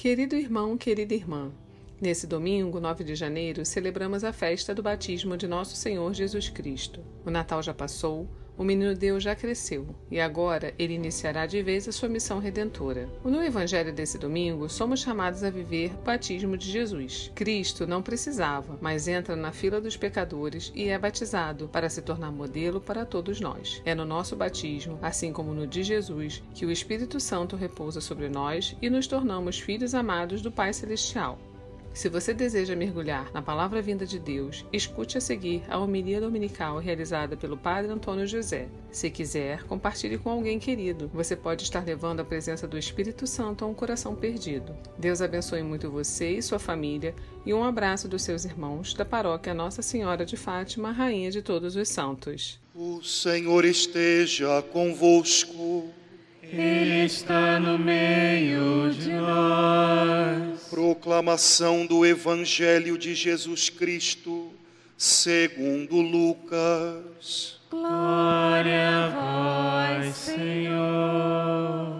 Querido irmão, querida irmã, nesse domingo, 9 de janeiro, celebramos a festa do batismo de Nosso Senhor Jesus Cristo. O Natal já passou, o menino Deus já cresceu, e agora ele iniciará de vez a sua missão redentora. No evangelho desse domingo, somos chamados a viver o batismo de Jesus. Cristo não precisava, mas entra na fila dos pecadores e é batizado para se tornar modelo para todos nós. É no nosso batismo, assim como no de Jesus, que o Espírito Santo repousa sobre nós e nos tornamos filhos amados do Pai Celestial. Se você deseja mergulhar na palavra vinda de Deus, escute a seguir a homilia dominical realizada pelo Padre Antônio José. Se quiser, compartilhe com alguém querido. Você pode estar levando a presença do Espírito Santo a um coração perdido. Deus abençoe muito você e sua família e um abraço dos seus irmãos da paróquia Nossa Senhora de Fátima, Rainha de Todos os Santos. O Senhor esteja convosco. Ele está no meio de nós. Proclamação do Evangelho de Jesus Cristo, segundo Lucas. Glória a vós, Senhor.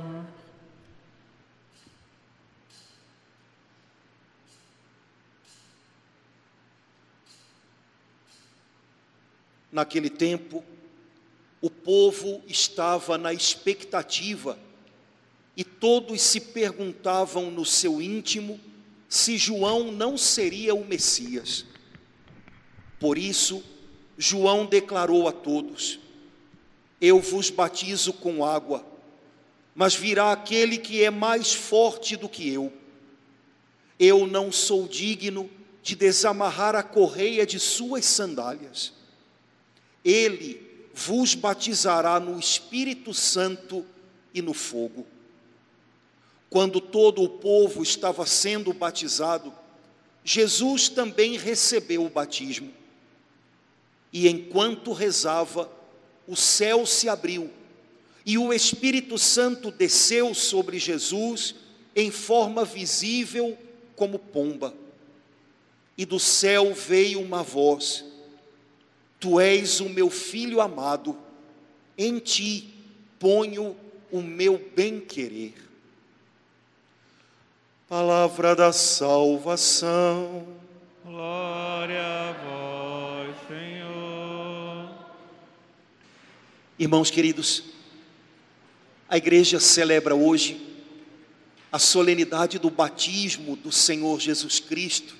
Naquele tempo, o povo estava na expectativa e todos se perguntavam no seu íntimo se João não seria o Messias. Por isso, João declarou a todos: eu vos batizo com água, mas virá aquele que é mais forte do que eu. Eu não sou digno de desamarrar a correia de suas sandálias. Ele vos batizará no Espírito Santo e no fogo. Quando todo o povo estava sendo batizado, Jesus também recebeu o batismo. E enquanto rezava, o céu se abriu, e o Espírito Santo desceu sobre Jesus em forma visível como pomba. E do céu veio uma voz: Tu és o meu filho amado, em ti ponho o meu bem-querer. Palavra da salvação. Glória a vós, Senhor. Irmãos queridos, a igreja celebra hoje a solenidade do batismo do Senhor Jesus Cristo,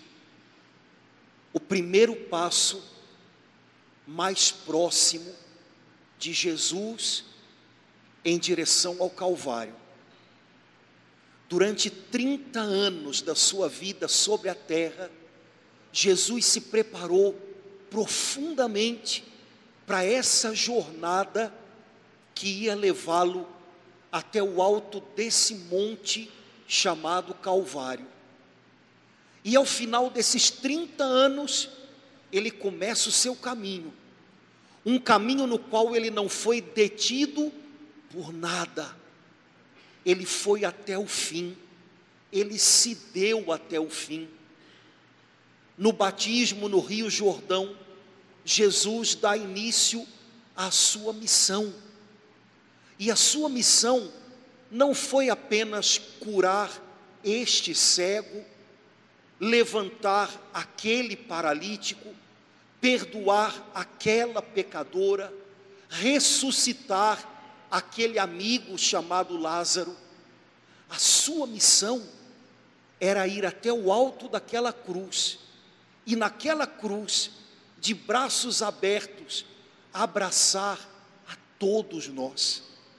o primeiro passo mais próximo de Jesus em direção ao Calvário. Durante 30 anos da sua vida sobre a terra, Jesus se preparou profundamente para essa jornada que ia levá-lo até o alto desse monte chamado Calvário. E ao final desses 30 anos, ele começa o seu caminho, um caminho no qual ele não foi detido por nada, ele foi até o fim, ele se deu até o fim. No batismo no Rio Jordão, Jesus dá início à sua missão, e a sua missão não foi apenas curar este cego, levantar aquele paralítico, perdoar aquela pecadora, ressuscitar aquele amigo chamado Lázaro. A sua missão era ir até o alto daquela cruz, e naquela cruz, de braços abertos, abraçar a todos nós,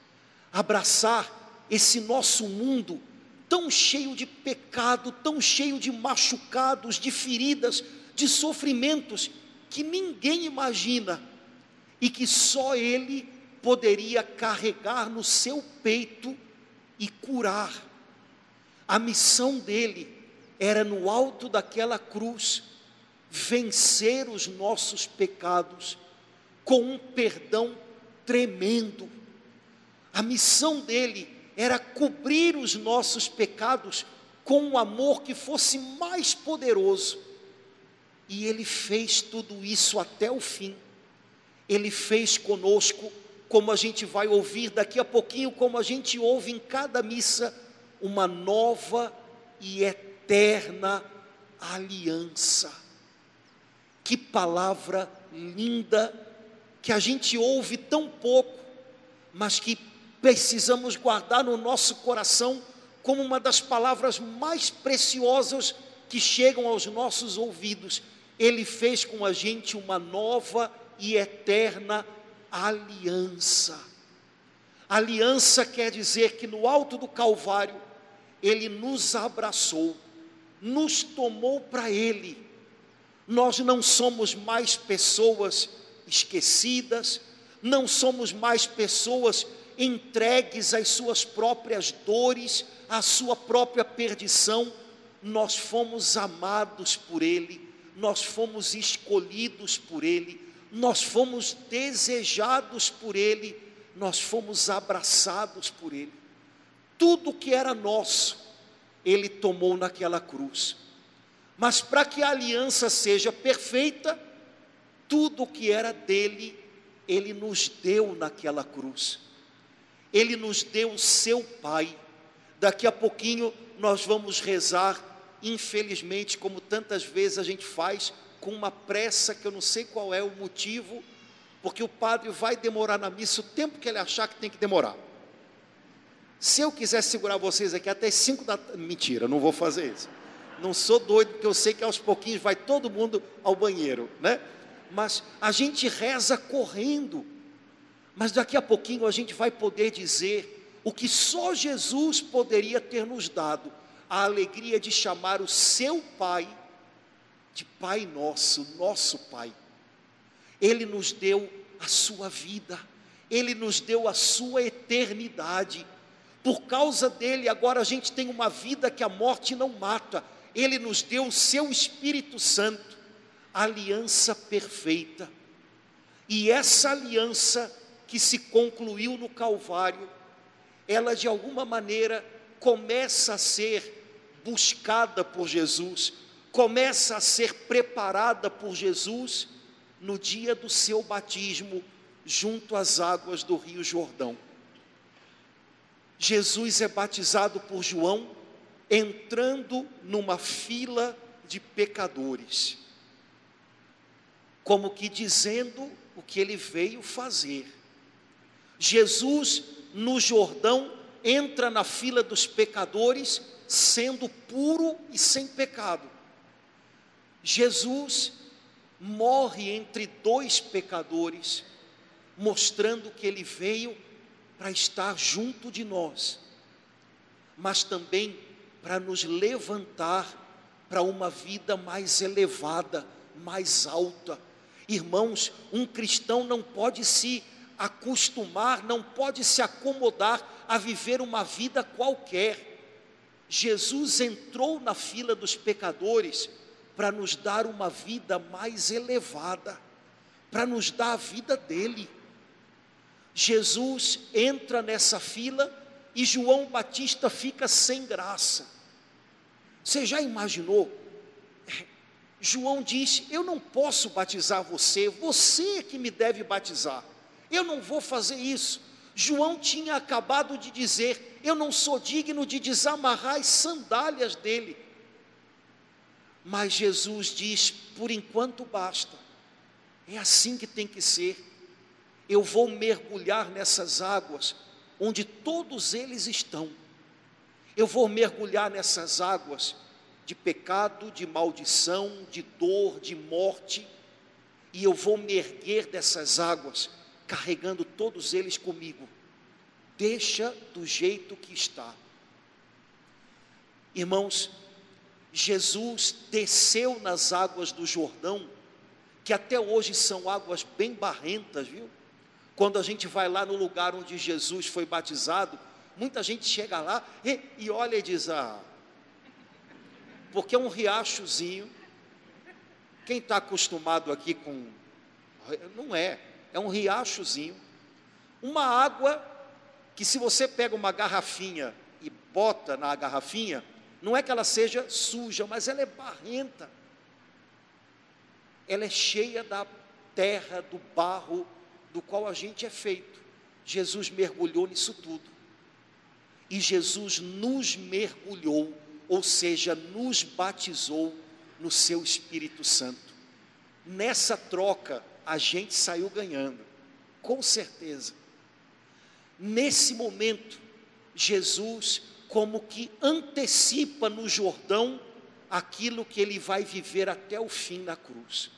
abraçar esse nosso mundo tão cheio de pecado, tão cheio de machucados, de feridas, de sofrimentos, que ninguém imagina, e que só Ele poderia carregar no seu peito e curar. A missão dele era, no alto daquela cruz, vencer os nossos pecados com um perdão tremendo. A missão dele era cobrir os nossos pecados com um amor que fosse mais poderoso. E ele fez tudo isso até o fim. Ele fez conosco, como a gente vai ouvir daqui a pouquinho, como a gente ouve em cada missa, uma nova e eterna aliança. Que palavra linda, que a gente ouve tão pouco, mas que precisamos guardar no nosso coração como uma das palavras mais preciosas que chegam aos nossos ouvidos. Ele fez com a gente uma nova e eterna aliança. Aliança quer dizer que no alto do Calvário, Ele nos abraçou, nos tomou para Ele. Nós não somos mais pessoas esquecidas, não somos mais pessoas entregues às suas próprias dores, à sua própria perdição. Nós fomos amados por Ele, nós fomos escolhidos por Ele, nós fomos desejados por Ele, nós fomos abraçados por Ele. Tudo que era nosso, Ele tomou naquela cruz. Mas para que a aliança seja perfeita, tudo que era dele, Ele nos deu naquela cruz. Ele nos deu o seu Pai. Daqui a pouquinho nós vamos rezar, infelizmente, como tantas vezes a gente faz, com uma pressa que eu não sei qual é o motivo, porque o padre vai demorar na missa o tempo que ele achar que tem que demorar. Se eu quiser segurar vocês aqui até 5 da tarde, mentira, não vou fazer isso. Não sou doido, porque eu sei que aos pouquinhos vai todo mundo ao banheiro, né? Mas a gente reza correndo, mas daqui a pouquinho a gente vai poder dizer o que só Jesus poderia ter nos dado, a alegria de chamar o seu Pai de Pai nosso, nosso Pai. Ele nos deu a sua vida, Ele nos deu a sua eternidade. Por causa dele, agora a gente tem uma vida que a morte não mata. Ele nos deu o seu Espírito Santo, a aliança perfeita. E essa aliança que se concluiu no Calvário, ela de alguma maneira começa a ser buscada por Jesus, começa a ser preparada por Jesus no dia do seu batismo, junto às águas do Rio Jordão. Jesus é batizado por João, entrando numa fila de pecadores, como que dizendo o que ele veio fazer. Jesus, no Jordão, entra na fila dos pecadores, sendo puro e sem pecado. Jesus morre entre 2 pecadores, mostrando que ele veio para estar junto de nós, mas também para nos levantar para uma vida mais elevada, mais alta. Irmãos, um cristão não pode se acostumar, não pode se acomodar a viver uma vida qualquer. Jesus entrou na fila dos pecadores para nos dar uma vida mais elevada, para nos dar a vida dele. Jesus entra nessa fila e João Batista fica sem graça. Você já imaginou? João diz: eu não posso batizar você, você é que me deve batizar, eu não vou fazer isso. João tinha acabado de dizer: eu não sou digno de desamarrar as sandálias dele. Mas Jesus diz: por enquanto basta, é assim que tem que ser. Eu vou mergulhar nessas águas onde todos eles estão. Eu vou mergulhar nessas águas de pecado, de maldição, de dor, de morte, e eu vou me erguer dessas águas, carregando todos eles comigo. Deixa do jeito que está. Irmãos, Jesus desceu nas águas do Jordão, que até hoje são águas bem barrentas, viu? Quando a gente vai lá no lugar onde Jesus foi batizado, muita gente chega lá e olha e diz: ah, porque é um riachozinho. Quem está acostumado aqui com... não é um riachozinho, uma água que, se você pega uma garrafinha e bota na garrafinha, não é que ela seja suja, mas ela é barrenta, ela é cheia da terra, do barro do qual a gente é feito. Jesus mergulhou nisso tudo, e Jesus nos mergulhou ou seja, nos batizou no seu Espírito Santo. Nessa troca, a gente saiu ganhando, com certeza. Nesse momento, Jesus como que antecipa no Jordão aquilo que ele vai viver até o fim na cruz.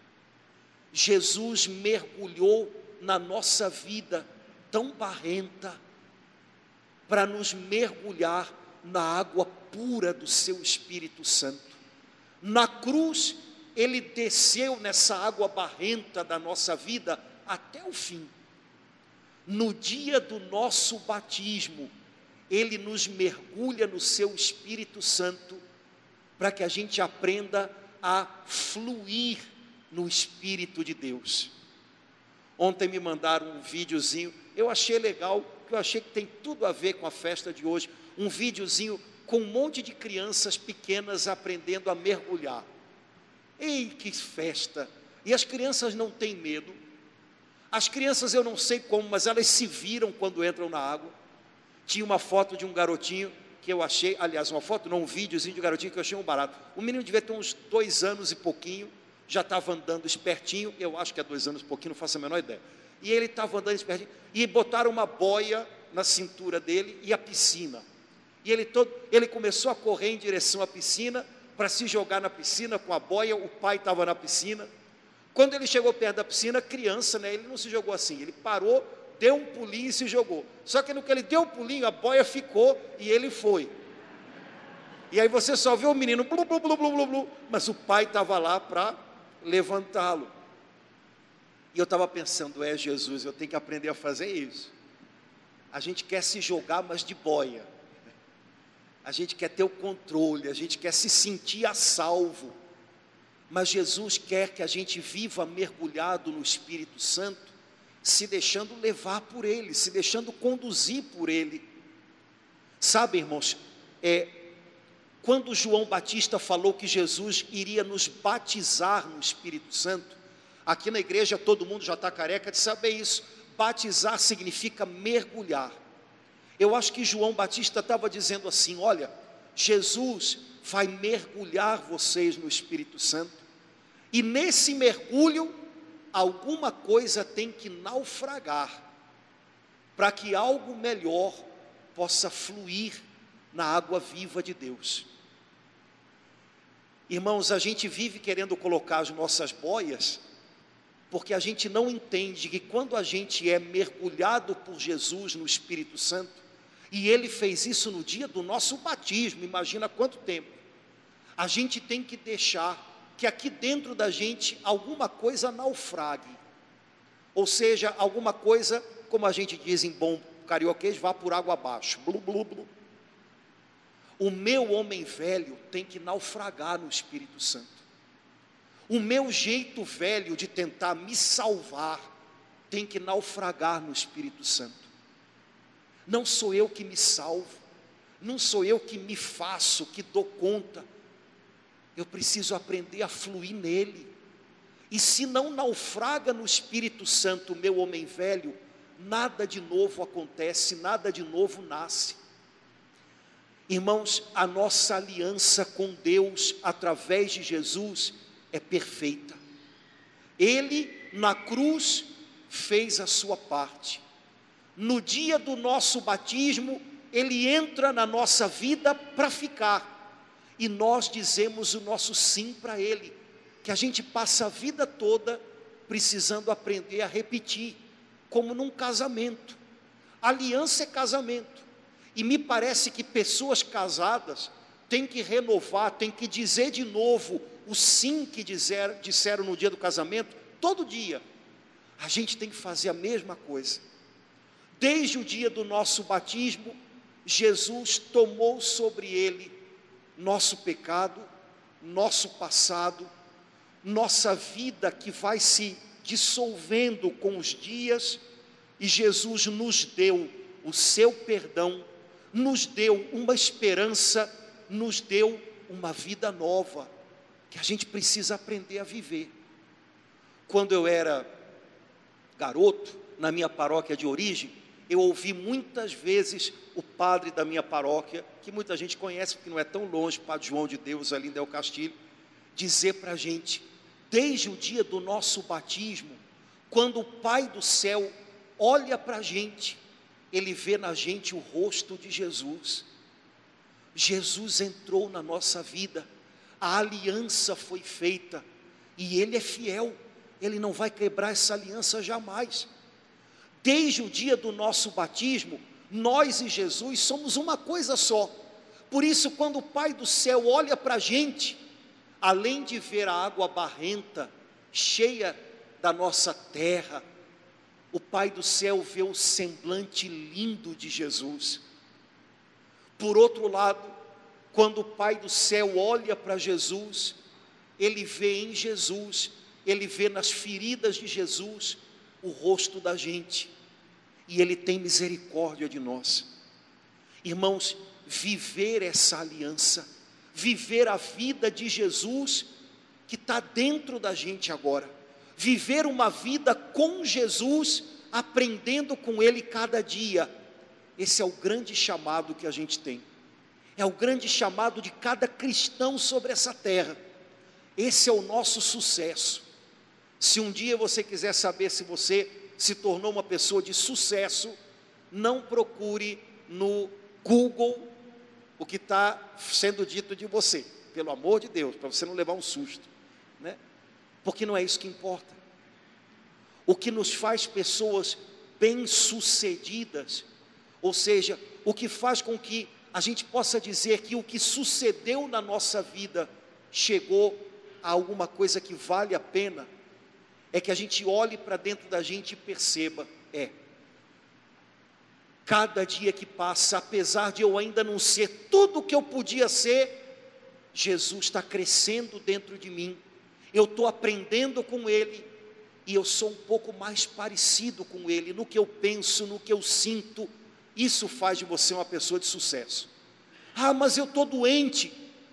Jesus mergulhou na nossa vida tão barrenta, para nos mergulhar na água pura do seu Espírito Santo. Na cruz, ele desceu nessa água barrenta da nossa vida até o fim. No dia do nosso batismo, ele nos mergulha no seu Espírito Santo, para que a gente aprenda a fluir no Espírito de Deus. Ontem me mandaram um videozinho, eu achei legal, porque eu achei que tem tudo a ver com a festa de hoje, um videozinho com um monte de crianças pequenas aprendendo a mergulhar. Ei, que festa! E as crianças não têm medo. As crianças, eu não sei como, mas elas se viram quando entram na água. Tinha uma foto de um garotinho que eu achei, aliás, uma foto, não, um videozinho de um garotinho que eu achei um barato. O menino devia ter uns 2 anos e pouquinho, já estava andando espertinho, eu acho que é 2 anos e pouquinho, não faço a menor ideia. E ele estava andando espertinho, e botaram uma boia na cintura dele e a piscina. E ele começou a correr em direção à piscina, para se jogar na piscina com a boia, o pai estava na piscina. Quando ele chegou perto da piscina, criança, né, ele não se jogou assim, ele parou, deu um pulinho e se jogou. Só que no que ele deu o pulinho, a boia ficou e ele foi. E aí você só vê o menino, blu, blu, blu, blu, blu, blu, mas o pai estava lá para levantá-lo. E eu estava pensando, Jesus, eu tenho que aprender a fazer isso. A gente quer se jogar, mas de boia. A gente quer ter o controle, a gente quer se sentir a salvo. Mas Jesus quer que a gente viva mergulhado no Espírito Santo, se deixando levar por Ele, se deixando conduzir por Ele. Sabe, irmãos, quando João Batista falou que Jesus iria nos batizar no Espírito Santo, aqui na igreja todo mundo já está careca de saber isso. Batizar significa mergulhar. Eu acho que João Batista estava dizendo assim, olha, Jesus vai mergulhar vocês no Espírito Santo, e nesse mergulho, alguma coisa tem que naufragar, para que algo melhor possa fluir na água viva de Deus. Irmãos, a gente vive querendo colocar as nossas boias, porque a gente não entende que quando a gente é mergulhado por Jesus no Espírito Santo, e Ele fez isso no dia do nosso batismo, imagina quanto tempo, a gente tem que deixar que aqui dentro da gente alguma coisa naufrague, ou seja, alguma coisa, como a gente diz em bom carioquês, vá por água abaixo, blu, blu, blu. O meu homem velho tem que naufragar no Espírito Santo. O meu jeito velho de tentar me salvar tem que naufragar no Espírito Santo. Não sou eu que me salvo, não sou eu que me faço, que dou conta. Eu preciso aprender a fluir nele. E se não naufraga no Espírito Santo o meu homem velho, nada de novo acontece, nada de novo nasce. Irmãos, a nossa aliança com Deus através de Jesus é perfeita. Ele na cruz fez a sua parte. No dia do nosso batismo, Ele entra na nossa vida para ficar. E nós dizemos o nosso sim para Ele, que a gente passa a vida toda precisando aprender a repetir, como num casamento. Aliança é casamento. E me parece que pessoas casadas têm que renovar, têm que dizer de novo o sim que disseram no dia do casamento, todo dia. A gente tem que fazer a mesma coisa. Desde o dia do nosso batismo, Jesus tomou sobre Ele nosso pecado, nosso passado, nossa vida que vai se dissolvendo com os dias, e Jesus nos deu o seu perdão, nos deu uma esperança, nos deu uma vida nova, que a gente precisa aprender a viver. Quando eu era garoto, na minha paróquia de origem, eu ouvi muitas vezes o padre da minha paróquia, que muita gente conhece, porque não é tão longe, Padre João de Deus, ali em Del Castilho, dizer para a gente, desde o dia do nosso batismo, quando o Pai do céu olha para a gente, Ele vê na gente o rosto de Jesus. Jesus entrou na nossa vida, a aliança foi feita, e Ele é fiel, Ele não vai quebrar essa aliança jamais. Desde o dia do nosso batismo, nós e Jesus somos uma coisa só. Por isso, quando o Pai do céu olha para a gente, além de ver a água barrenta, cheia da nossa terra, o Pai do céu vê o semblante lindo de Jesus. Por outro lado, quando o Pai do céu olha para Jesus, Ele vê em Jesus, Ele vê nas feridas de Jesus, o rosto da gente, e Ele tem misericórdia de nós. Irmãos, viver essa aliança, viver a vida de Jesus, que está dentro da gente agora, viver uma vida com Jesus, aprendendo com Ele cada dia, esse é o grande chamado que a gente tem, é o grande chamado de cada cristão sobre essa terra, esse é o nosso sucesso. Se um dia você quiser saber se você se tornou uma pessoa de sucesso, não procure no Google o que está sendo dito de você, pelo amor de Deus, para você não levar um susto, né? Porque não é isso que importa. O que nos faz pessoas bem-sucedidas, ou seja, o que faz com que a gente possa dizer que o que sucedeu na nossa vida chegou a alguma coisa que vale a pena, é que a gente olhe para dentro da gente e perceba, cada dia que passa, apesar de eu ainda não ser tudo o que eu podia ser, Jesus está crescendo dentro de mim, eu estou aprendendo com Ele, e eu sou um pouco mais parecido com Ele, no que eu penso, no que eu sinto. Isso faz de você uma pessoa de sucesso. Ah, mas eu estou doente.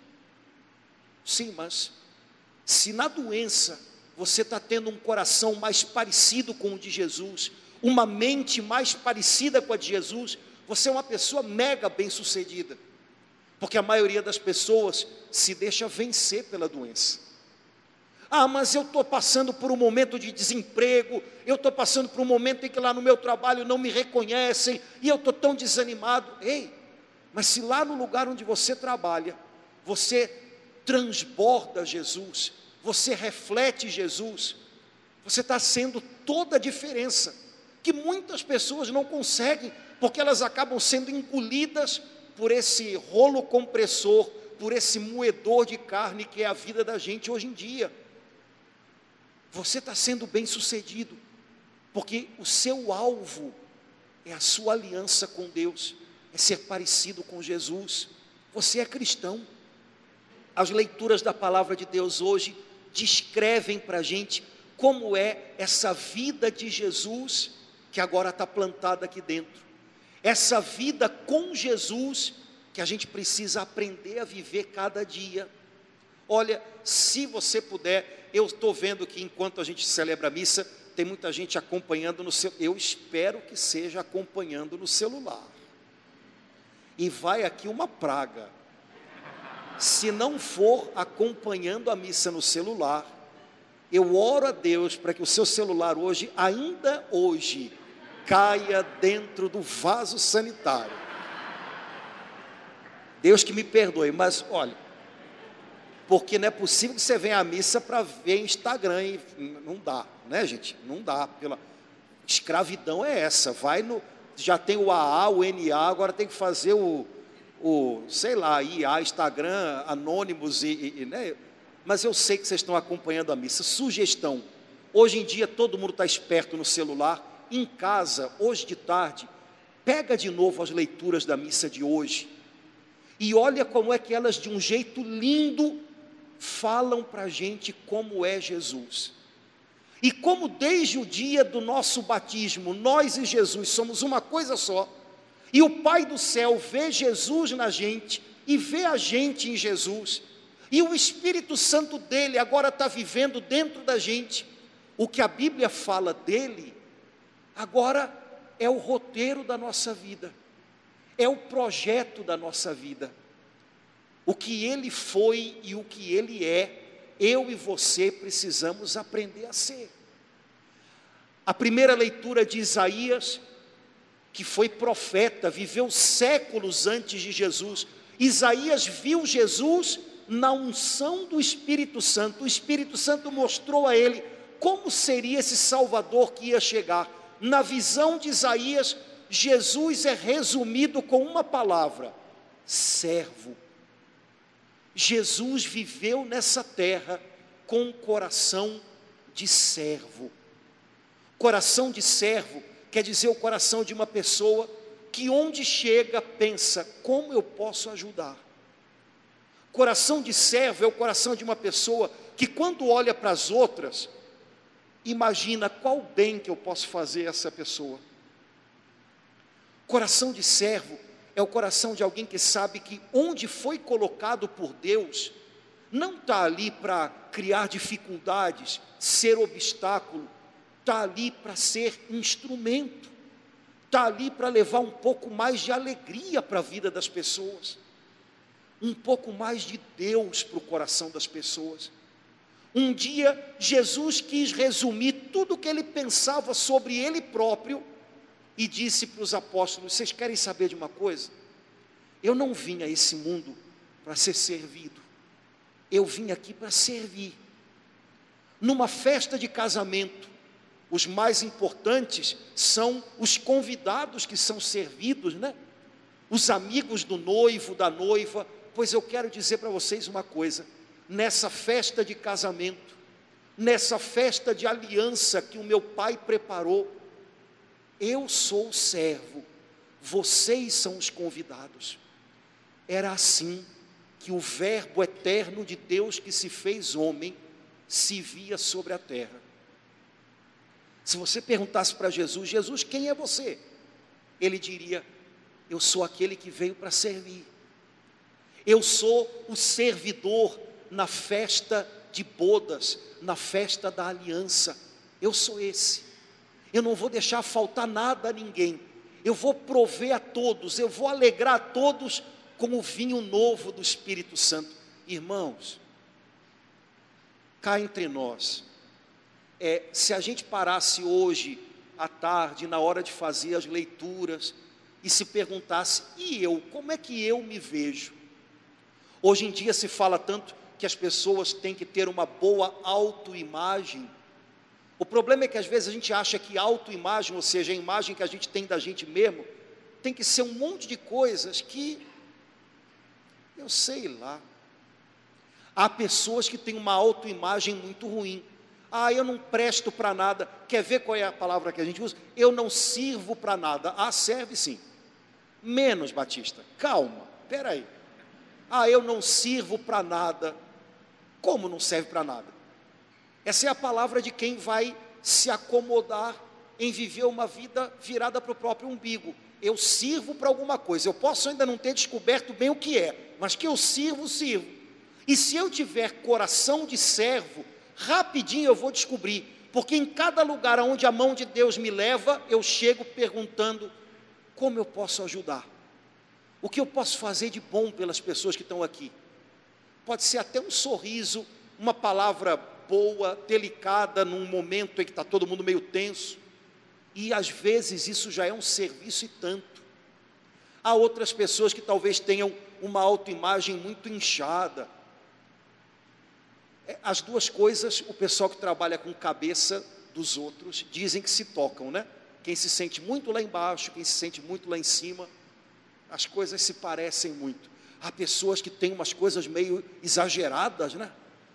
Sim, mas se na doença você está tendo um coração mais parecido com o de Jesus, uma mente mais parecida com a de Jesus, você é uma pessoa mega bem-sucedida, porque a maioria das pessoas se deixa vencer pela doença. Ah, mas eu estou passando por um momento de desemprego, eu estou passando por um momento em que lá no meu trabalho não me reconhecem, e eu estou tão desanimado. Ei, mas se lá no lugar onde você trabalha, você transborda Jesus, você reflete Jesus, você está sendo toda a diferença, que muitas pessoas não conseguem, porque elas acabam sendo engolidas por esse rolo compressor, por esse moedor de carne que é a vida da gente hoje em dia. Você está sendo bem sucedido, porque o seu alvo é a sua aliança com Deus, é ser parecido com Jesus. Você é cristão. As leituras da palavra de Deus hoje descrevem para a gente como é essa vida de Jesus, que agora está plantada aqui dentro, essa vida com Jesus, que a gente precisa aprender a viver cada dia. Olha, se você puder, eu estou vendo que enquanto a gente celebra a missa, tem muita gente acompanhando no celular, eu espero que seja acompanhando no celular, e vai aqui uma praga, se não for acompanhando a missa no celular, eu oro a Deus para que o seu celular hoje, ainda hoje, caia dentro do vaso sanitário. Deus que me perdoe, mas olha, porque não é possível que você venha à missa para ver Instagram, e não dá, né, gente? Não dá, pela escravidão é essa, vai no, já tem o AA, o NA, agora tem que fazer o sei lá, IA, Instagram, Anônimos, né? Mas eu sei que vocês estão acompanhando a missa. Sugestão, hoje em dia todo mundo está esperto no celular, em casa, hoje de tarde, pega de novo as leituras da missa de hoje, e olha como é que elas de um jeito lindo, falam para a gente como é Jesus, e como desde o dia do nosso batismo, nós e Jesus somos uma coisa só, e o Pai do céu vê Jesus na gente, e vê a gente em Jesus, e o Espírito Santo dele agora está vivendo dentro da gente, o que a Bíblia fala dele, agora é o roteiro da nossa vida, é o projeto da nossa vida. O que Ele foi e o que Ele é, eu e você precisamos aprender a ser. A primeira leitura de Isaías, que foi profeta, viveu séculos antes de Jesus. Isaías viu Jesus na unção do Espírito Santo. O Espírito Santo mostrou a ele como seria esse Salvador que ia chegar. Na visão de Isaías, Jesus é resumido com uma palavra: servo. Jesus viveu nessa terra com um coração de servo. Coração de servo quer dizer o coração de uma pessoa que onde chega pensa, como eu posso ajudar? Coração de servo é o coração de uma pessoa que quando olha para as outras, imagina qual bem que eu posso fazer a essa pessoa. Coração de servo é o coração de alguém que sabe que onde foi colocado por Deus, não está ali para criar dificuldades, ser obstáculo, está ali para ser instrumento, está ali para levar um pouco mais de alegria para a vida das pessoas, um pouco mais de Deus para o coração das pessoas. Um dia Jesus quis resumir tudo o que ele pensava sobre ele próprio e disse para os apóstolos: vocês querem saber de uma coisa? Eu não vim a esse mundo para ser servido, eu vim aqui para servir. Numa festa de casamento, os mais importantes são os convidados que são servidos, né? Os amigos do noivo, da noiva. Pois eu quero dizer para vocês uma coisa: nessa festa de casamento, nessa festa de aliança que o meu pai preparou, eu sou o servo, vocês são os convidados. Era assim que o Verbo eterno de Deus que se fez homem se via sobre a terra. Se você perguntasse para Jesus: Jesus, quem é você? Ele diria: eu sou aquele que veio para servir. Eu sou o servidor na festa de bodas, na festa da aliança. Eu sou esse. Eu não vou deixar faltar nada a ninguém. Eu vou prover a todos, eu vou alegrar a todos com o vinho novo do Espírito Santo. Irmãos, cá entre nós, se a gente parasse hoje à tarde, na hora de fazer as leituras, e se perguntasse: e eu, como é que eu me vejo? Hoje em dia se fala tanto que as pessoas têm que ter uma boa autoimagem. O problema é que às vezes a gente acha que autoimagem, ou seja, a imagem que a gente tem da gente mesmo, tem que ser um monte de coisas que, eu sei lá. Há pessoas que têm uma autoimagem muito ruim. Ah, eu não presto para nada. Quer ver qual é a palavra que a gente usa? Eu não sirvo para nada. Ah, serve sim. Menos, Batista. Calma, espera aí. Ah, eu não sirvo para nada. Como não serve para nada? Essa é a palavra de quem vai se acomodar em viver uma vida virada para o próprio umbigo. Eu sirvo para alguma coisa. Eu posso ainda não ter descoberto bem o que é, mas que eu sirvo, sirvo. E se eu tiver coração de servo, rapidinho eu vou descobrir, porque em cada lugar onde a mão de Deus me leva, eu chego perguntando: como eu posso ajudar? O que eu posso fazer de bom pelas pessoas que estão aqui? Pode ser até um sorriso, uma palavra boa, delicada, num momento em que está todo mundo meio tenso, e às vezes isso já é um serviço e tanto. Há outras pessoas que talvez tenham uma autoimagem muito inchada. As duas coisas, o pessoal que trabalha com cabeça dos outros dizem que se tocam, né? Quem se sente muito lá embaixo, quem se sente muito lá em cima, as coisas se parecem muito. Há pessoas que têm umas coisas meio exageradas, né?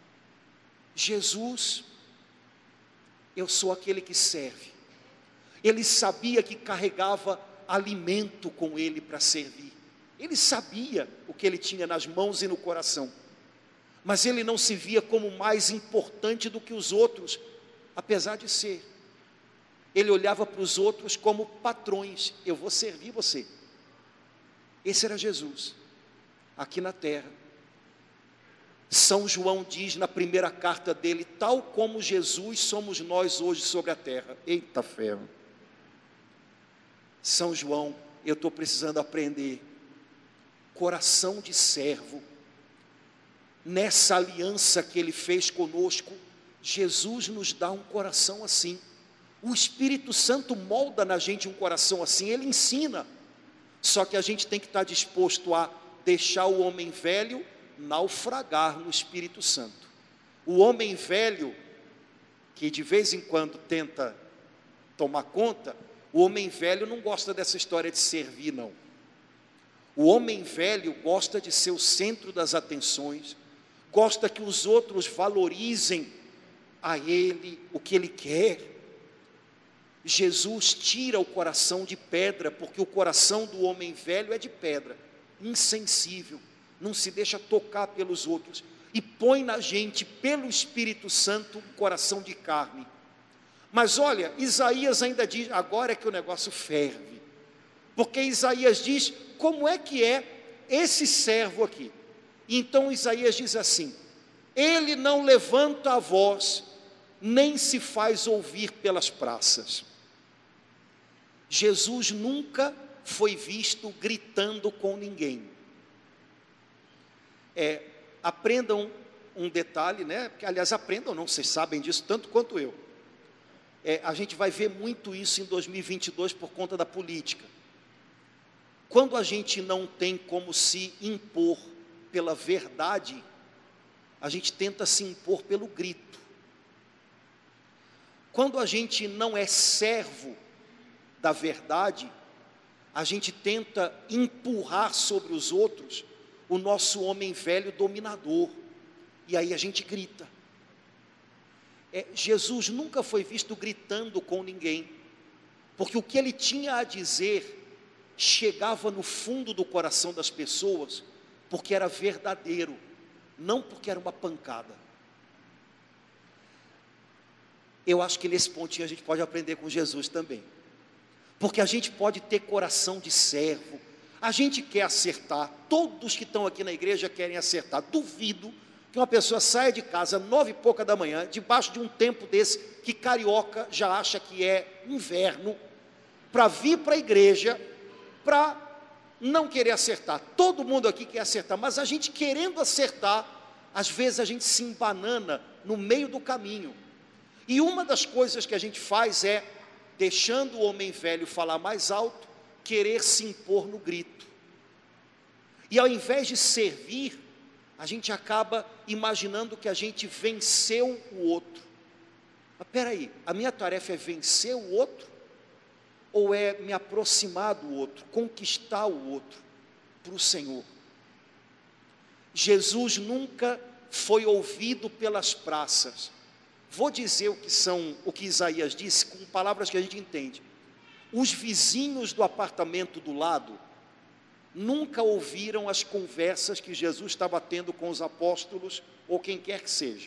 Jesus, eu sou aquele que serve. Ele sabia que carregava alimento com ele para servir. Ele sabia o que ele tinha nas mãos e no coração. Mas ele não se via como mais importante do que os outros, apesar de ser. Ele olhava para os outros como patrões. Eu vou servir você. Esse era Jesus, aqui na terra. São João diz na primeira carta dele: tal como Jesus somos nós hoje sobre a terra. Eita ferro! São João, eu estou precisando aprender. Coração de servo. Nessa aliança que Ele fez conosco, Jesus nos dá um coração assim. O Espírito Santo molda na gente um coração assim, Ele ensina. Só que a gente tem que estar disposto a deixar o homem velho naufragar no Espírito Santo. O homem velho, que de vez em quando tenta tomar conta, o homem velho não gosta dessa história de servir, não. O homem velho gosta de ser o centro das atenções, gosta que os outros valorizem a ele, o que ele quer. Jesus tira o coração de pedra, porque o coração do homem velho é de pedra, insensível, não se deixa tocar pelos outros, e põe na gente, pelo Espírito Santo, um coração de carne. Mas olha, Isaías ainda diz, agora é que o negócio ferve, porque Isaías diz, como é que é esse servo aqui? Então Isaías diz assim, ele não levanta a voz, nem se faz ouvir pelas praças. Jesus nunca foi visto gritando com ninguém. Aprendam um detalhe, né? Aliás, aprendam não, vocês sabem disso tanto quanto eu. A gente vai ver muito isso em 2022 por conta da política. Quando a gente não tem como se impor pela verdade, a gente tenta se impor pelo grito. Quando a gente não é servo da verdade, a gente tenta empurrar sobre os outros o nosso homem velho dominador, e aí a gente grita. Jesus nunca foi visto gritando com ninguém, porque o que ele tinha a dizer chegava no fundo do coração das pessoas, porque era verdadeiro, não porque era uma pancada. Eu acho que nesse pontinho a gente pode aprender com Jesus também, porque a gente pode ter coração de servo, a gente quer acertar, todos que estão aqui na igreja querem acertar. Duvido que uma pessoa saia de casa 9h pouca da manhã, debaixo de um tempo desse, que carioca já acha que é inverno, para vir para a igreja, para não querer acertar. Todo mundo aqui quer acertar, mas a gente querendo acertar, às vezes a gente se embanana no meio do caminho. E uma das coisas que a gente faz é, deixando o homem velho falar mais alto, querer se impor no grito. E ao invés de servir, a gente acaba imaginando que a gente venceu o outro. Mas espera aí, a minha tarefa é vencer o outro? Ou é me aproximar do outro, conquistar o outro para o Senhor? Jesus nunca foi ouvido pelas praças. Vou dizer o que Isaías disse com palavras que a gente entende. Os vizinhos do apartamento do lado nunca ouviram as conversas que Jesus estava tendo com os apóstolos ou quem quer que seja.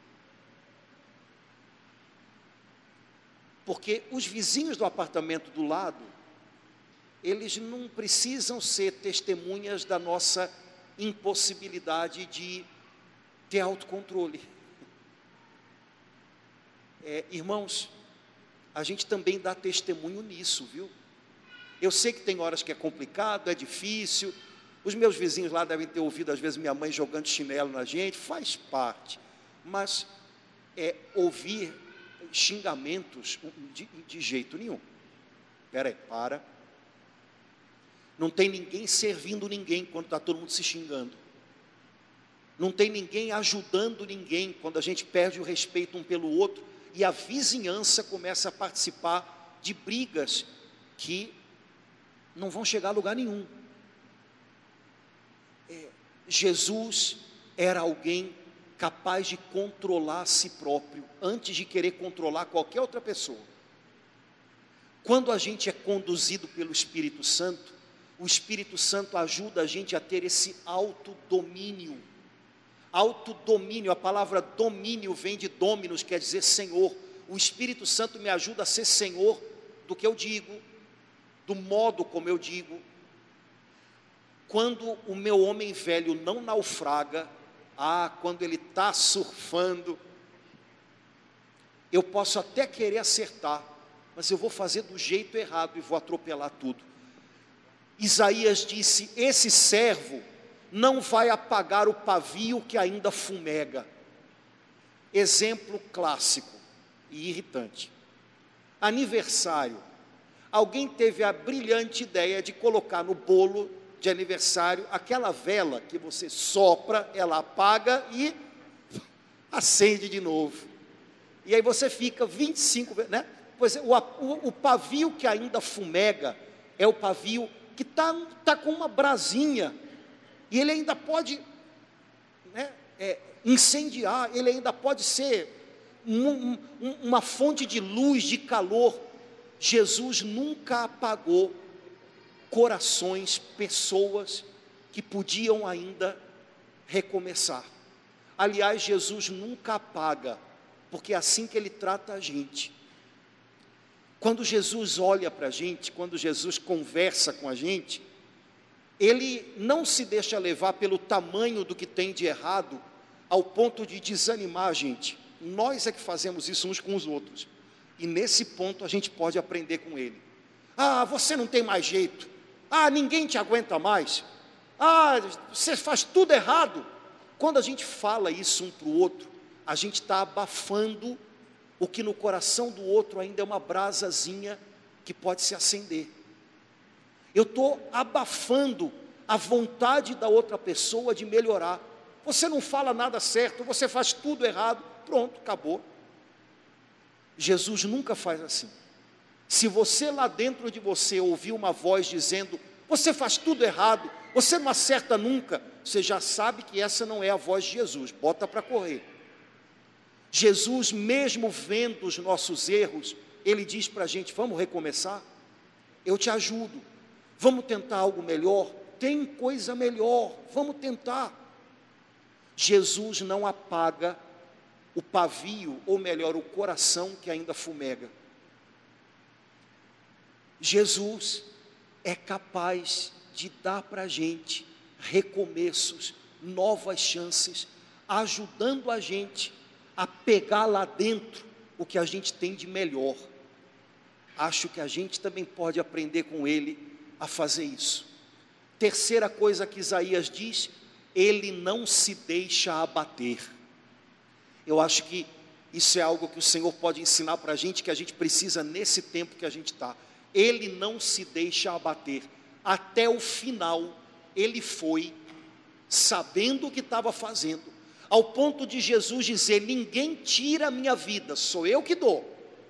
Porque os vizinhos do apartamento do lado, eles não precisam ser testemunhas da nossa impossibilidade de ter autocontrole. Irmãos, a gente também dá testemunho nisso, viu? Eu sei que tem horas que é complicado, é difícil. Os meus vizinhos lá devem ter ouvido às vezes minha mãe jogando chinelo na gente, faz parte. Mas ouvir xingamentos de jeito nenhum. Espera aí, para. Não tem ninguém servindo ninguém quando está todo mundo se xingando. Não tem ninguém ajudando ninguém quando a gente perde o respeito um pelo outro e a vizinhança começa a participar de brigas que não vão chegar a lugar nenhum. Jesus era alguém capaz de controlar a si próprio, antes de querer controlar qualquer outra pessoa. Quando a gente é conduzido pelo Espírito Santo, o Espírito Santo ajuda a gente a ter esse autodomínio. Autodomínio, a palavra domínio vem de dominus, quer dizer Senhor. O Espírito Santo me ajuda a ser Senhor do que eu digo, do modo como eu digo. Quando o meu homem velho não naufraga, quando ele está surfando, eu posso até querer acertar, mas eu vou fazer do jeito errado e vou atropelar tudo. Isaías disse: esse servo não vai apagar o pavio que ainda fumega. Exemplo clássico e irritante. Aniversário. Alguém teve a brilhante ideia de colocar no bolo de aniversário aquela vela que você sopra, ela apaga e acende de novo. E aí você fica 25, né? Pois é, o pavio que ainda fumega é o pavio que tá com uma brasinha, e ele ainda pode, né, incendiar, ele ainda pode ser uma fonte de luz, de calor. Jesus nunca apagou corações, pessoas que podiam ainda recomeçar. Aliás, Jesus nunca apaga, porque é assim que Ele trata a gente. Quando Jesus olha para a gente, quando Jesus conversa com a gente, Ele não se deixa levar pelo tamanho do que tem de errado, ao ponto de desanimar a gente. Nós é que fazemos isso uns com os outros. E nesse ponto a gente pode aprender com Ele. Ah, você não tem mais jeito. Ah, ninguém te aguenta mais. Ah, você faz tudo errado. Quando a gente fala isso um para o outro, a gente está abafando o que no coração do outro ainda é uma brasazinha que pode se acender. Eu estou abafando a vontade da outra pessoa de melhorar. Você não fala nada certo, você faz tudo errado. Pronto, acabou. Jesus nunca faz assim. Se você lá dentro de você ouvir uma voz dizendo: você faz tudo errado, você não acerta nunca, você já sabe que essa não é a voz de Jesus, bota para correr. Jesus, mesmo vendo os nossos erros, Ele diz para a gente: vamos recomeçar? Eu te ajudo, vamos tentar algo melhor, tem coisa melhor, vamos tentar. Jesus não apaga o pavio, ou melhor, o coração que ainda fumega. Jesus é capaz de dar para a gente recomeços, novas chances, ajudando a gente a pegar lá dentro o que a gente tem de melhor. Acho que a gente também pode aprender com Ele a fazer isso. Terceira coisa que Isaías diz: Ele não se deixa abater. Eu acho que isso é algo que o Senhor pode ensinar para a gente, que a gente precisa nesse tempo que a gente está. Ele não se deixa abater. Até o final, Ele foi sabendo o que estava fazendo, ao ponto de Jesus dizer: ninguém tira a minha vida, sou eu que dou.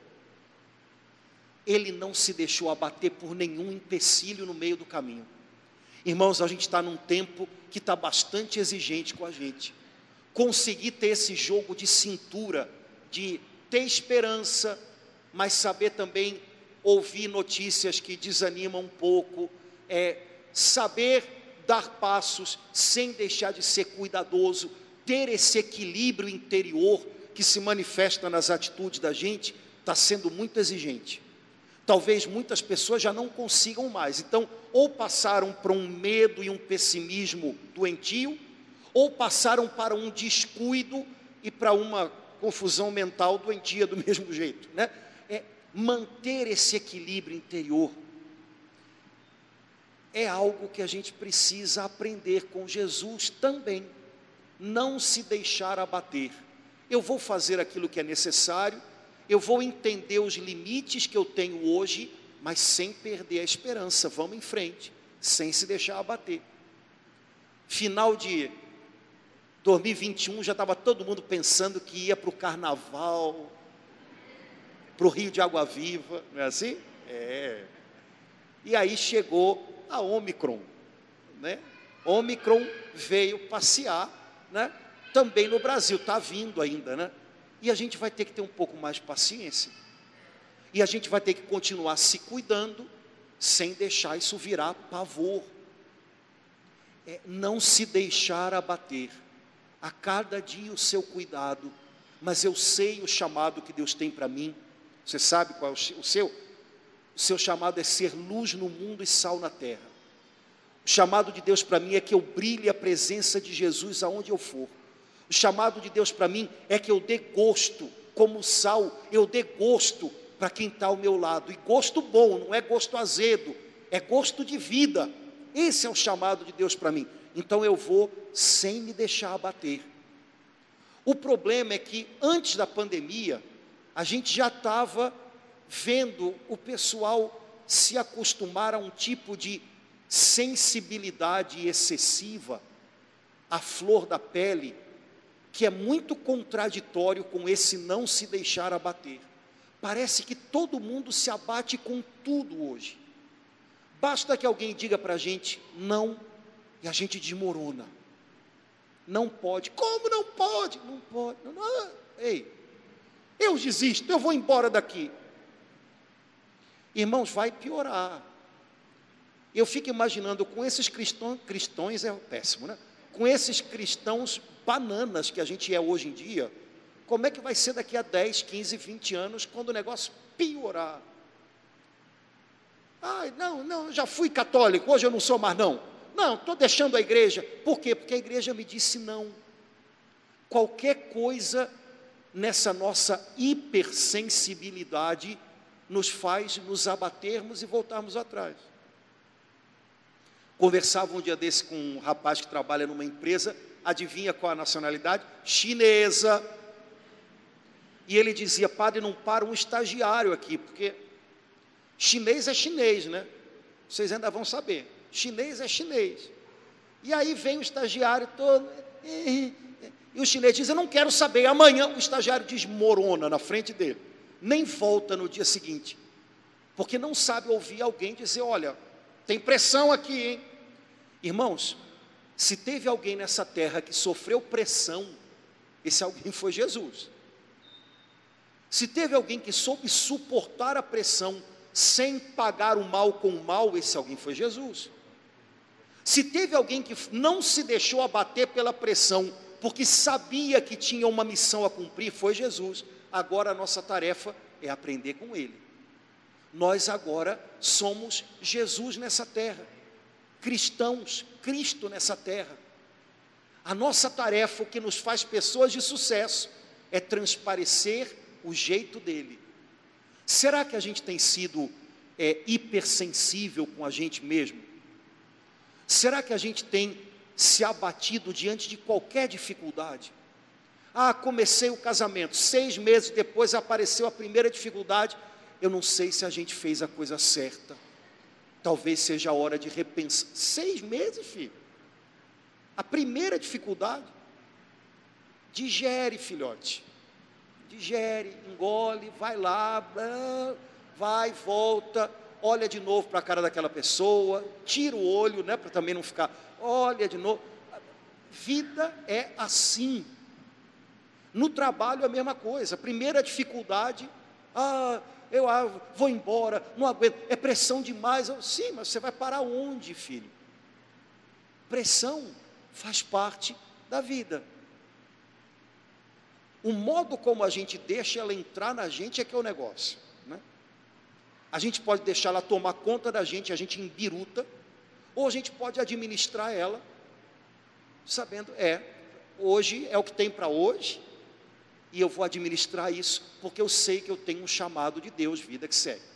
Ele não se deixou abater por nenhum empecilho no meio do caminho. Irmãos, a gente está num tempo que está bastante exigente com a gente. Conseguir ter esse jogo de cintura, de ter esperança, mas saber também ouvir notícias que desanimam um pouco, saber dar passos sem deixar de ser cuidadoso, ter esse equilíbrio interior que se manifesta nas atitudes da gente, está sendo muito exigente. Talvez muitas pessoas já não consigam mais, então ou passaram para um medo e um pessimismo doentio, ou passaram para um descuido e para uma confusão mental doentia do mesmo jeito, né? Manter esse equilíbrio interior é algo que a gente precisa aprender com Jesus também. Não se deixar abater. Eu vou fazer aquilo que é necessário, eu vou entender os limites que eu tenho hoje, mas sem perder a esperança. Vamos em frente, sem se deixar abater. Final de 2021, já estava todo mundo pensando que ia para o carnaval, para o Rio de Água Viva, não é assim? E aí chegou a Ômicron, né? Ômicron veio passear, né? Também no Brasil, está vindo ainda, né? E a gente vai ter que ter um pouco mais de paciência. E a gente vai ter que continuar se cuidando, sem deixar isso virar pavor. Não se deixar abater. A cada dia o seu cuidado, mas eu sei o chamado que Deus tem para mim. Você sabe qual é o seu? O seu chamado é ser luz no mundo e sal na terra. O chamado de Deus para mim é que eu brilhe a presença de Jesus aonde eu for. O chamado de Deus para mim é que eu dê gosto, como sal, eu dê gosto para quem está ao meu lado. E gosto bom, não é gosto azedo, é gosto de vida. Esse é o chamado de Deus para mim. Então eu vou sem me deixar abater. O problema é que antes da pandemia, a gente já estava vendo o pessoal se acostumar a um tipo de sensibilidade excessiva, à flor da pele, que é muito contraditório com esse não se deixar abater. Parece que todo mundo se abate com tudo hoje. Basta que alguém diga para a gente não, e a gente desmorona. Não pode. Como não pode? Não pode. Não. Ei, eu desisto, eu vou embora daqui. Irmãos, vai piorar. Eu fico imaginando com esses cristãos é péssimo, né? Com esses cristãos bananas que a gente é hoje em dia, como é que vai ser daqui a 10, 15, 20 anos, quando o negócio piorar? Ai, não, já fui católico, hoje eu não sou mais não. Não, estou deixando a igreja. Por quê? Porque a igreja me disse não. Qualquer coisa nessa nossa hipersensibilidade nos faz nos abatermos e voltarmos atrás. Conversava um dia desse com um rapaz que trabalha numa empresa, adivinha qual a nacionalidade? Chinesa. E ele dizia: padre, não para um estagiário aqui, porque chinês é chinês, né? Vocês ainda vão saber. Chinês é chinês. E aí vem o estagiário todo, e o chinês diz: eu não quero saber. Amanhã o estagiário desmorona na frente dele, nem volta no dia seguinte, porque não sabe ouvir alguém dizer: olha, tem pressão aqui, hein? Irmãos, se teve alguém nessa terra que sofreu pressão, esse alguém foi Jesus. Se teve alguém que soube suportar a pressão sem pagar o mal com o mal, esse alguém foi Jesus. Se teve alguém que não se deixou abater pela pressão, porque sabia que tinha uma missão a cumprir, foi Jesus. Agora a nossa tarefa é aprender com Ele. Nós agora somos Jesus nessa terra, cristãos, Cristo nessa terra. A nossa tarefa, o que nos faz pessoas de sucesso, é transparecer o jeito dele. Será que a gente tem sido hipersensível com a gente mesmo? Será que a gente tem se abatido diante de qualquer dificuldade? Ah, comecei o casamento, 6 meses depois apareceu a primeira dificuldade. Eu não sei se a gente fez a coisa certa. Talvez seja a hora de repensar. 6 meses, filho. A primeira dificuldade. Digere, filhote. Digere, engole, vai lá, vai, volta, olha de novo para a cara daquela pessoa, tira o olho, né, para também não ficar, olha de novo. Vida é assim. No trabalho a mesma coisa. Primeira dificuldade, eu vou embora, não aguento, é pressão demais. Sim, mas você vai parar onde, filho? Pressão faz parte da vida. O modo como a gente deixa ela entrar na gente é que é o negócio, né? A gente pode deixar ela tomar conta da gente, a gente embiruta, ou a gente pode administrar ela, sabendo, hoje é o que tem para hoje, e eu vou administrar isso, porque eu sei que eu tenho um chamado de Deus, vida que segue.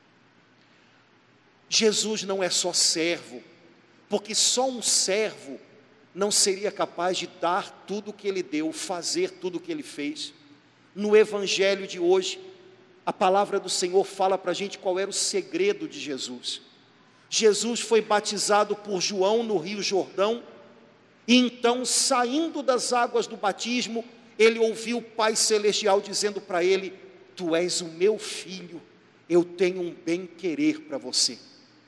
Jesus não é só servo, porque só um servo não seria capaz de dar tudo o que ele deu, fazer tudo o que ele fez. No evangelho de hoje, a palavra do Senhor fala para a gente qual era o segredo de Jesus. Jesus foi batizado por João no Rio Jordão, e então, saindo das águas do batismo, ele ouviu o Pai Celestial dizendo para ele: tu és o meu filho, eu tenho um bem-querer para você.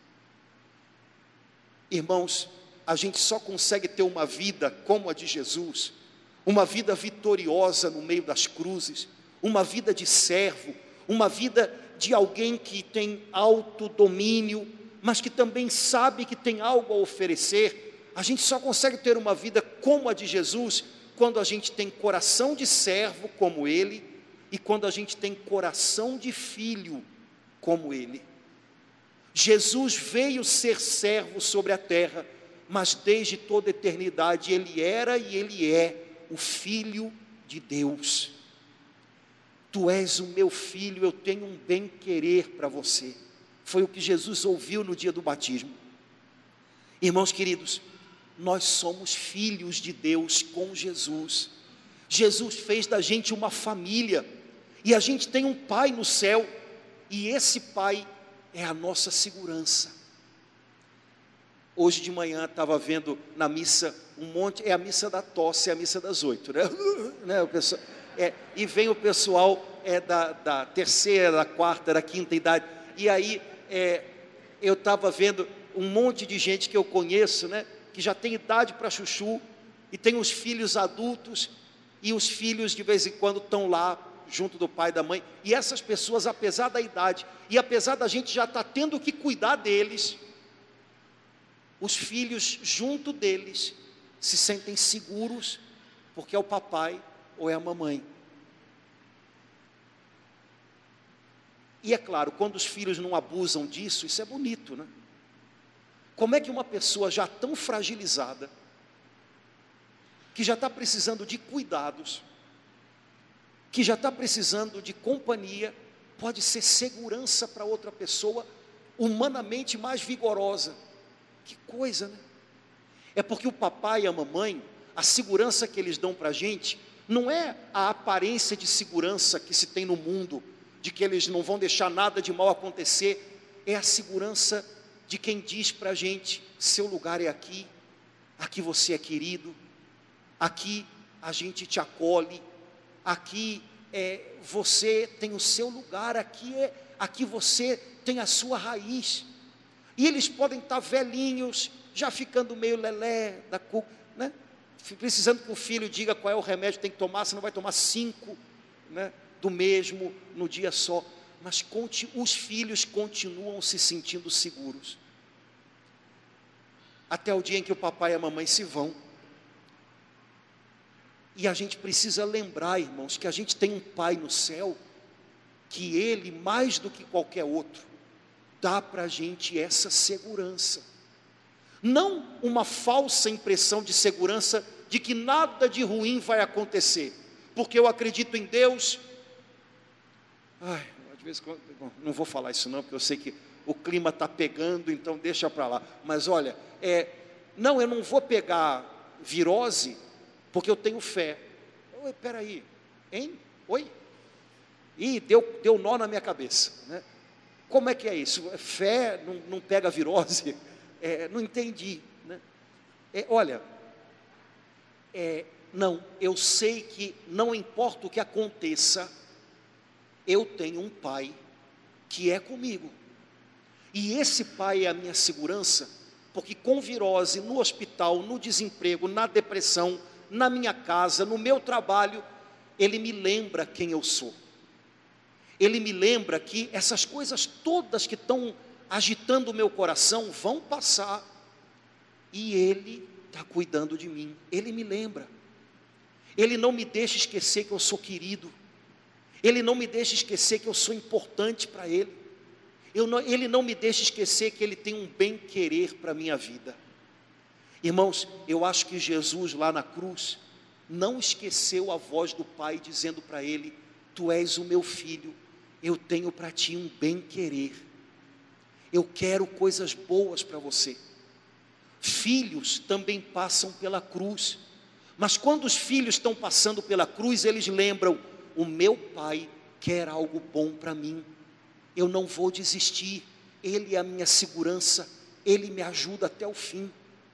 Irmãos, a gente só consegue ter uma vida como a de Jesus, uma vida vitoriosa no meio das cruzes, uma vida de servo, uma vida de alguém que tem autodomínio, mas que também sabe que tem algo a oferecer. A gente só consegue ter uma vida como a de Jesus quando a gente tem coração de servo como ele e quando a gente tem coração de filho como ele. Jesus veio ser servo sobre a terra, mas desde toda a eternidade ele era e ele é o Filho de Deus. Tu és o meu filho, eu tenho um bem-querer para você. Foi o que Jesus ouviu no dia do batismo. Irmãos queridos, nós somos filhos de Deus com Jesus. Jesus fez da gente uma família, e a gente tem um Pai no céu, e esse Pai é a nossa segurança. Hoje de manhã estava vendo na missa um monte, é a missa da tosse, é a missa das 8, né? O pessoal, e vem o pessoal da terceira, da quarta, da quinta idade, e aí eu estava vendo um monte de gente que eu conheço, né? Que já tem idade para chuchu, e tem os filhos adultos, e os filhos de vez em quando estão lá, junto do pai e da mãe, e essas pessoas, apesar da idade, e apesar da gente já estar tendo que cuidar deles, os filhos junto deles se sentem seguros, porque é o papai ou é a mamãe. E é claro, quando os filhos não abusam disso, isso é bonito, né? Como é que uma pessoa já tão fragilizada, que já está precisando de cuidados, que já está precisando de companhia, pode ser segurança para outra pessoa, humanamente mais vigorosa? Que coisa, né? É porque o papai e a mamãe, a segurança que eles dão para a gente, não é a aparência de segurança que se tem no mundo, de que eles não vão deixar nada de mal acontecer, é a segurança de quem diz para a gente: seu lugar é aqui, aqui você é querido, aqui a gente te acolhe, aqui você tem o seu lugar, aqui você tem a sua raiz. E eles podem estar velhinhos, já ficando meio lelé da cuca, né? Precisando que o filho diga qual é o remédio que tem que tomar, senão vai tomar 5, né, do mesmo no dia só. Mas os filhos continuam se sentindo seguros, até o dia em que o papai e a mamãe se vão. E a gente precisa lembrar, irmãos, que a gente tem um Pai no céu, que Ele, mais do que qualquer outro, dá para a gente essa segurança. Não uma falsa impressão de segurança, de que nada de ruim vai acontecer, porque eu acredito em Deus. De vez em quando, não vou falar isso não, porque eu sei que o clima está pegando, então deixa para lá. Mas olha, não, eu não vou pegar virose, porque eu tenho fé. Oi, peraí, hein? Oi? Ih, deu nó na minha cabeça, né? Como é que é isso? Fé não pega virose? Não entendi, né? Não, eu sei que não importa o que aconteça, eu tenho um Pai que é comigo, e esse Pai é a minha segurança, porque com virose, no hospital, no desemprego, na depressão, na minha casa, no meu trabalho, Ele me lembra quem eu sou. Ele me lembra que essas coisas todas que estão agitando o meu coração vão passar, e Ele está cuidando de mim. Ele me lembra. Ele não me deixa esquecer que eu sou querido. Ele não me deixa esquecer que eu sou importante para Ele. Ele não me deixa esquecer que Ele tem um bem-querer para a minha vida. Irmãos, eu acho que Jesus lá na cruz não esqueceu a voz do Pai dizendo para Ele: tu és o meu filho, eu tenho para ti um bem-querer, eu quero coisas boas para você. Filhos também passam pela cruz, mas quando os filhos estão passando pela cruz, eles lembram: o meu Pai quer algo bom para mim, eu não vou desistir, Ele é a minha segurança, Ele me ajuda até o fim.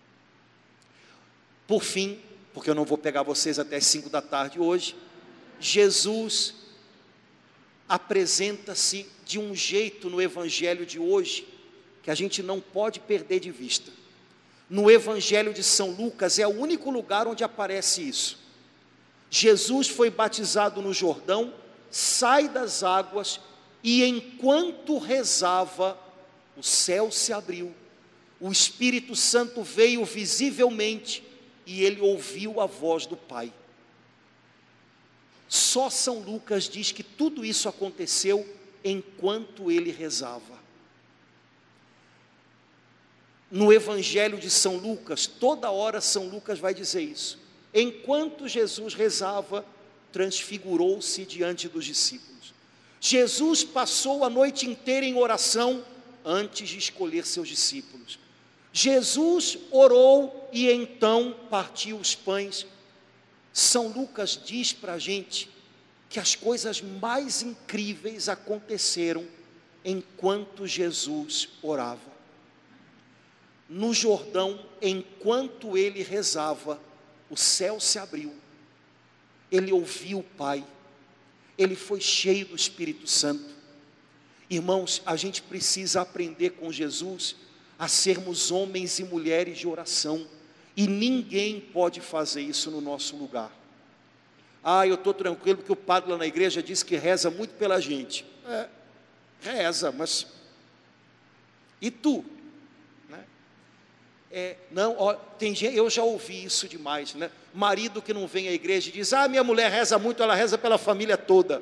Por fim, porque eu não vou pegar vocês até as 5 da tarde hoje, Jesus apresenta-se de um jeito no Evangelho de hoje, que a gente não pode perder de vista. No Evangelho de São Lucas é o único lugar onde aparece isso. Jesus foi batizado no Jordão, sai das águas, e enquanto rezava, o céu se abriu, o Espírito Santo veio visivelmente, e ele ouviu a voz do Pai. Só São Lucas diz que tudo isso aconteceu enquanto ele rezava. No Evangelho de São Lucas, toda hora São Lucas vai dizer isso. Enquanto Jesus rezava, transfigurou-se diante dos discípulos. Jesus passou a noite inteira em oração antes de escolher seus discípulos. Jesus orou e então partiu os pães. São Lucas diz para a gente que as coisas mais incríveis aconteceram enquanto Jesus orava. No Jordão, enquanto ele rezava, o céu se abriu, ele ouviu o Pai, ele foi cheio do Espírito Santo. Irmãos, a gente precisa aprender com Jesus a sermos homens e mulheres de oração, e ninguém pode fazer isso no nosso lugar. Eu estou tranquilo porque o padre lá na igreja disse que reza muito pela gente. Reza, mas e tu? Tem gente, eu já ouvi isso demais, né? Marido que não vem à igreja e diz: minha mulher reza muito, ela reza pela família toda.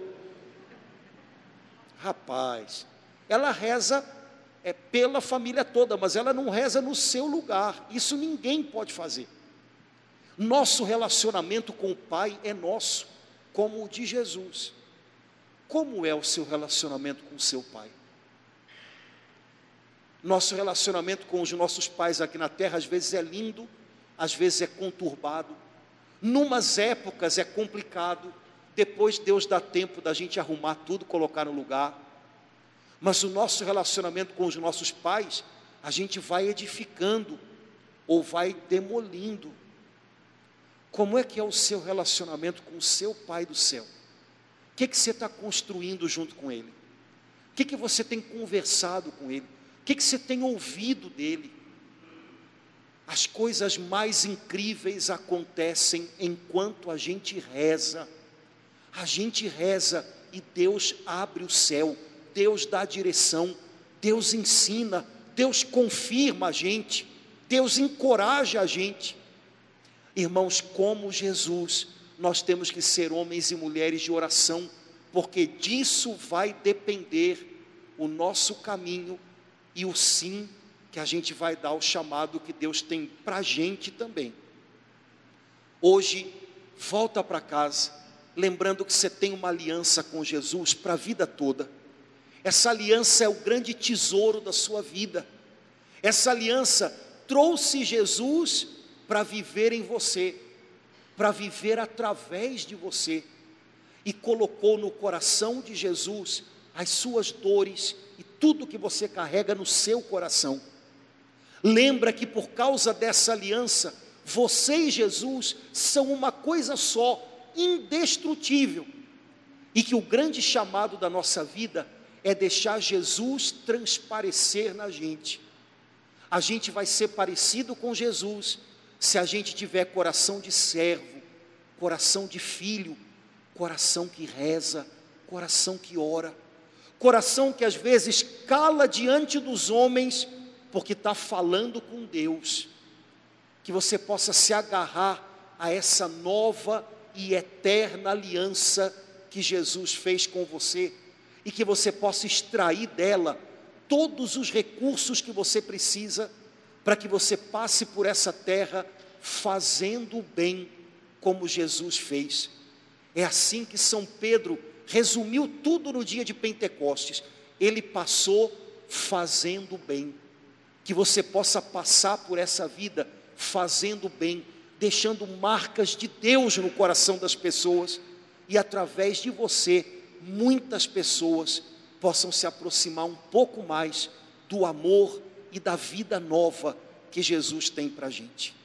Rapaz, ela reza pela família toda, mas ela não reza no seu lugar. Isso ninguém pode fazer. Nosso relacionamento com o Pai é nosso, como o de Jesus. Como é o seu relacionamento com o seu Pai? Nosso relacionamento com os nossos pais aqui na terra às vezes é lindo, às vezes é conturbado, numas épocas é complicado, depois Deus dá tempo da gente arrumar tudo, colocar no lugar. Mas o nosso relacionamento com os nossos pais, a gente vai edificando ou vai demolindo. Como é que é o seu relacionamento com o seu Pai do céu? O que você está construindo junto com Ele? O que você tem conversado com Ele? O que você tem ouvido dele? As coisas mais incríveis acontecem enquanto a gente reza. A gente reza e Deus abre o céu, Deus dá a direção, Deus ensina, Deus confirma a gente, Deus encoraja a gente. Irmãos, como Jesus, nós temos que ser homens e mulheres de oração, porque disso vai depender o nosso caminho e o sim que a gente vai dar ao chamado que Deus tem para a gente também. Hoje, volta para casa, lembrando que você tem uma aliança com Jesus para a vida toda. Essa aliança é o grande tesouro da sua vida. Essa aliança trouxe Jesus para viver em você, para viver através de você, e colocou no coração de Jesus as suas dores e tudo que você carrega no seu coração. Lembra que por causa dessa aliança, você e Jesus são uma coisa só, indestrutível, e que o grande chamado da nossa vida é deixar Jesus transparecer na gente. A gente vai ser parecido com Jesus se a gente tiver coração de servo, coração de filho, coração que reza, coração que ora, coração que às vezes cala diante dos homens porque está falando com Deus. Que você possa se agarrar a essa nova e eterna aliança que Jesus fez com você, e que você possa extrair dela todos os recursos que você precisa para que você passe por essa terra fazendo o bem como Jesus fez. É assim que São Pedro resumiu tudo no dia de Pentecostes. Ele passou fazendo o bem. Que você possa passar por essa vida fazendo o bem, deixando marcas de Deus no coração das pessoas, e através de você, muitas pessoas possam se aproximar um pouco mais do amor e da vida nova que Jesus tem para a gente.